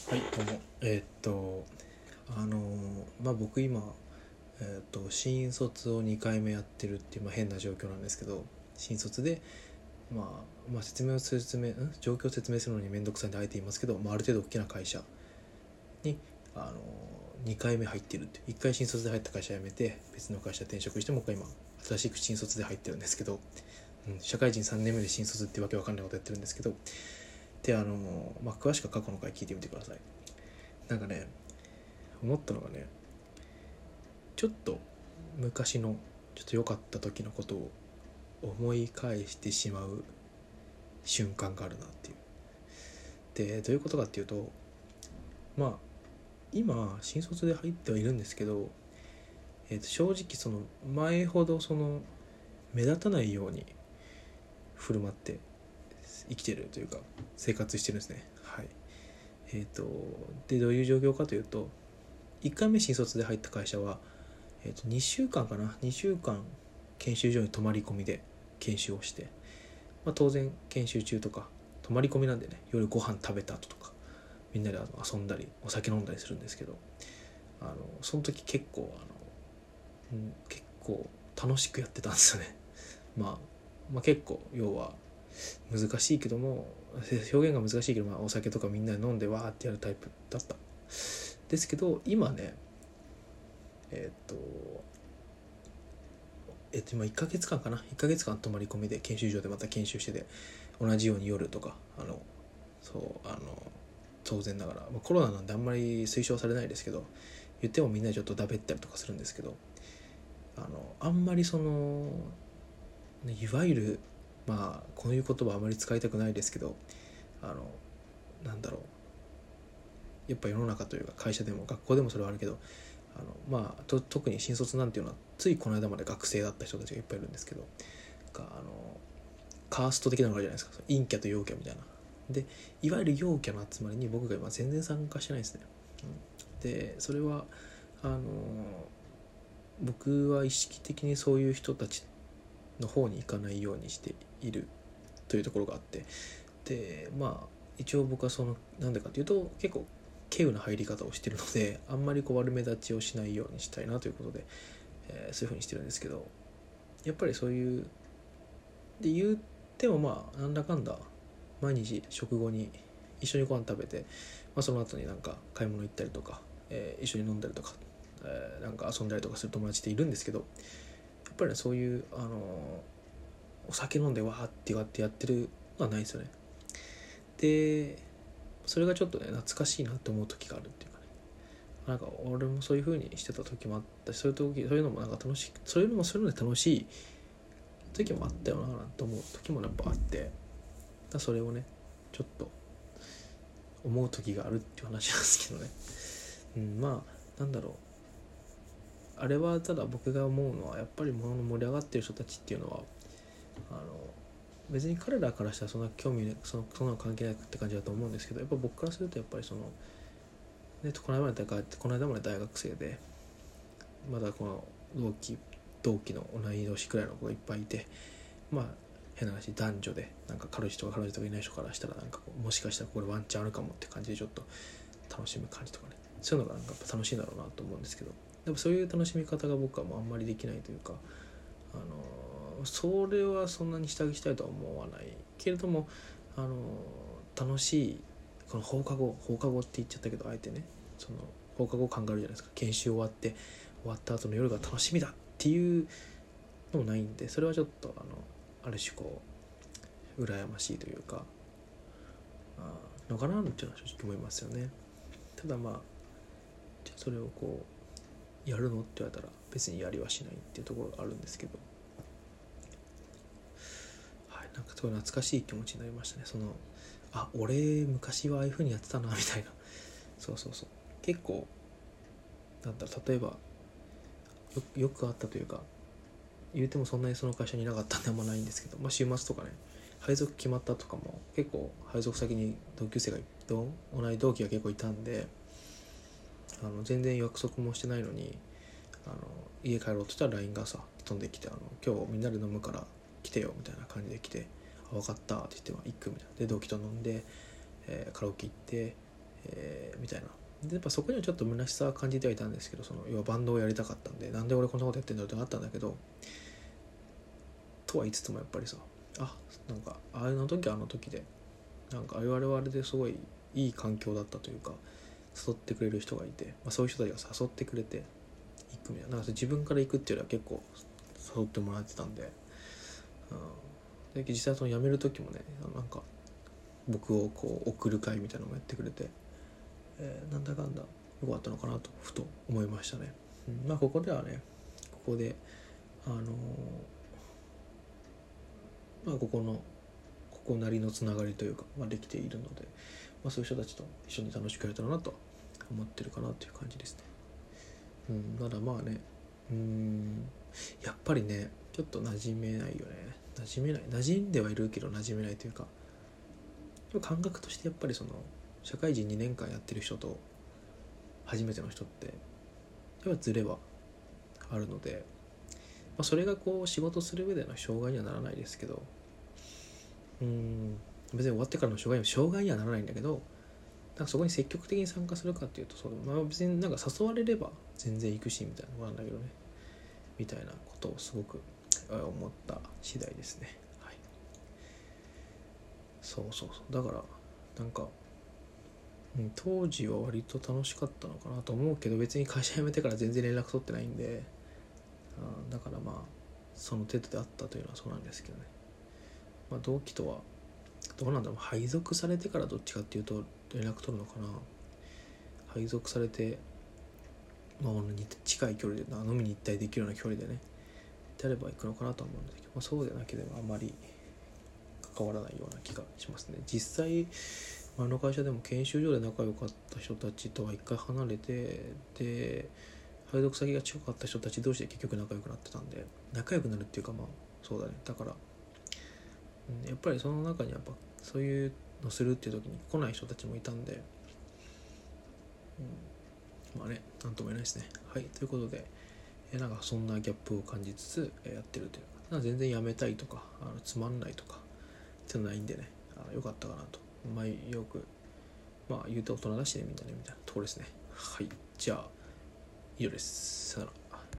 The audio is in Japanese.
はい、どうも。僕今、新卒を2回目やってるっていう、変な状況なんですけど、新卒で、状況を説明するのに面倒くさいんであえて言いますけど、ある程度大きな会社に、2回目入ってるっていう。1回新卒で入った会社辞めて、別の会社転職して、もう一回今、新しく新卒で入ってるんですけど、社会人3年目で新卒ってわけわかんないことやってるんですけど、で、詳しくは過去の回聞いてみてください。なんかね、思ったのがね、ちょっと昔のちょっと良かった時のことを思い返してしまう瞬間があるなっていう。で、どういうことかっていうと、今新卒で入ってはいるんですけど、正直その前ほどその目立たないように振る舞って生きてるというか生活してるんですね。はい。でどういう状況かというと、1回目新卒で入った会社は、2週間かな、2週間研修所に泊まり込みで研修をして、当然研修中とか泊まり込みなんでね、夜ご飯食べた後とかみんなで遊んだりお酒飲んだりするんですけど、その時結構楽しくやってたんですよね。結構要は難しいけども、表現が難しいけど、お酒とかみんなで飲んでわーってやるタイプだったですけど、今ね、今1ヶ月間かな、1ヶ月間泊まり込みで研修所でまた研修してて、同じように夜とか当然ながら、コロナなんであんまり推奨されないですけど、言ってもみんなでちょっとだべったりとかするんですけど、あんまりいわゆるこういう言葉あまり使いたくないですけど、なんだろう、やっぱ世の中というか会社でも学校でもそれはあるけど、特に新卒なんていうのはついこの間まで学生だった人たちがいっぱいいるんですけど、カースト的なのがあるじゃないですか。陰キャと陽キャみたいな。で、いわゆる陽キャの集まりに僕が今全然参加してないですね。で、それは僕は意識的にそういう人たちの方に行かないようにしているというところがあって、で一応僕はなんでかというと、結構稀有な入り方をしているので、あんまり悪目立ちをしないようにしたいなということで、そういうふうにしてるんですけど、やっぱりそういうで言ってもなんだかんだ毎日食後に一緒にご飯食べて、その後になんか買い物行ったりとか、一緒に飲んだりとか、なんか遊んだりとかする友達っているんですけど、やっぱりそういうお酒飲んでわーってやってるのはないですよね。で、それがちょっとね懐かしいなって思う時があるっていうかね、なんか俺もそういう風にしてた時もあったし、そういうのもなんか楽しい、そういうので楽しい時もあったよなと思う時もやっぱあって、それをねちょっと思う時があるっていう話なんですけどね。なんだろう、あれはただ僕が思うのは、やっぱり物の盛り上がってる人たちっていうのは、別に彼らからしたらそんな興味そんなの関係ないって感じだと思うんですけど、やっぱ僕からするとやっぱりこの間まで大学生で、まだこの同期の同い年くらいの子がいっぱいいて、変な話、男女でなんか彼氏とか彼女とかいない人からしたら、なんかもしかしたらこれワンチャンあるかもって感じでちょっと楽しむ感じとかね、そういうのがなんかやっぱ楽しいんだろうなと思うんですけど、でもそういう楽しみ方が僕はもうあんまりできないというか、それはそんなに下着したいとは思わないけれども、楽しい、この放課後って言っちゃったけど、あえてね、その放課後感があるじゃないですか。研修終わった後の夜が楽しみだっていうのもないんで、それはちょっとある種羨ましいというか、のかなっていうのは正直思いますよね。ただじゃあそれをやるのって言われたら別にやりはしないっていうところがあるんですけど、なんかすごい懐かしい気持ちになりましたね。俺昔はああいう風にやってたなみたいな。そう結構例えばよくあったというか、言うてもそんなにその会社にいなかったんであんまないんですけど、週末とかね、配属決まったとかも結構配属先に同じ同期が結構いたんで、全然約束もしてないのに家帰ろうとしたら LINE が飛んできて、今日みんなで飲むから来てよみたいな感じで来て、分かったって言って行くみたいな。で同期と飲んで、カラオケ行って、 みたいな。でやっぱそこにはちょっと虚しさは感じてはいたんですけど、その要はバンドをやりたかったんで、なんで俺こんなことやってんだろうってなったんだけど、とは言いつつもやっぱりさ、なんかあの時はあの時で、なんかあれはあれですごいいい環境だったというか、誘ってくれる人がいて、そういう人たちが誘ってくれて行くみたいな、なんか自分から行くっていうよりは結構誘ってもらってたんで、で実際その辞める時もね、なんか僕をこう送る会みたいなのもやってくれて、なんだかんだ良かったのかなとふと思いましたね。ここではね、ここでここなりのつながりというか、できているので、そういう人たちと一緒に楽しくやれたらなと思ってるかなという感じですね。ただやっぱりねちょっと馴染めないよね。馴染んではいるけど馴染めないというか、感覚としてやっぱりその社会人2年間やってる人と初めての人ってやっぱズレはあるので、それがこう仕事する上での障害にはならないですけど、別に終わってからの障害にはならないんだけど、なんかそこに積極的に参加するかっていうと、別になんか誘われれば全然行くしみたいなのがあるんだけどね、みたいなことをすごく思った次第ですね。はい、そうだからなんか、当時は割と楽しかったのかなと思うけど、別に会社辞めてから全然連絡取ってないんで、だからその程度であったというのはそうなんですけどね。同期とはどうなんだろう、配属されてからどっちかっていうと連絡取るのかな。配属されて、近い距離で飲みに行ったりできるような距離でねであれば行くのかなとは思うんですけど、そうでなければあまり関わらないような気がしますね。実際あの会社でも研修所で仲良かった人たちとは一回離れて、で配属先が近かった人たち同士で結局仲良くなってたんで、仲良くなるっていうかそうだね。だからやっぱりその中にやっぱそういうのするっていう時に来ない人たちもいたんで、なんとも言えないですね。はい、ということでなんかそんなギャップを感じつつやってるというか、全然やめたいとかつまんないとかっていうのないんでね、よかったかなと。よく言うと大人だしねみんなねみたいなところですね。はい、じゃあ以上です。さよなら。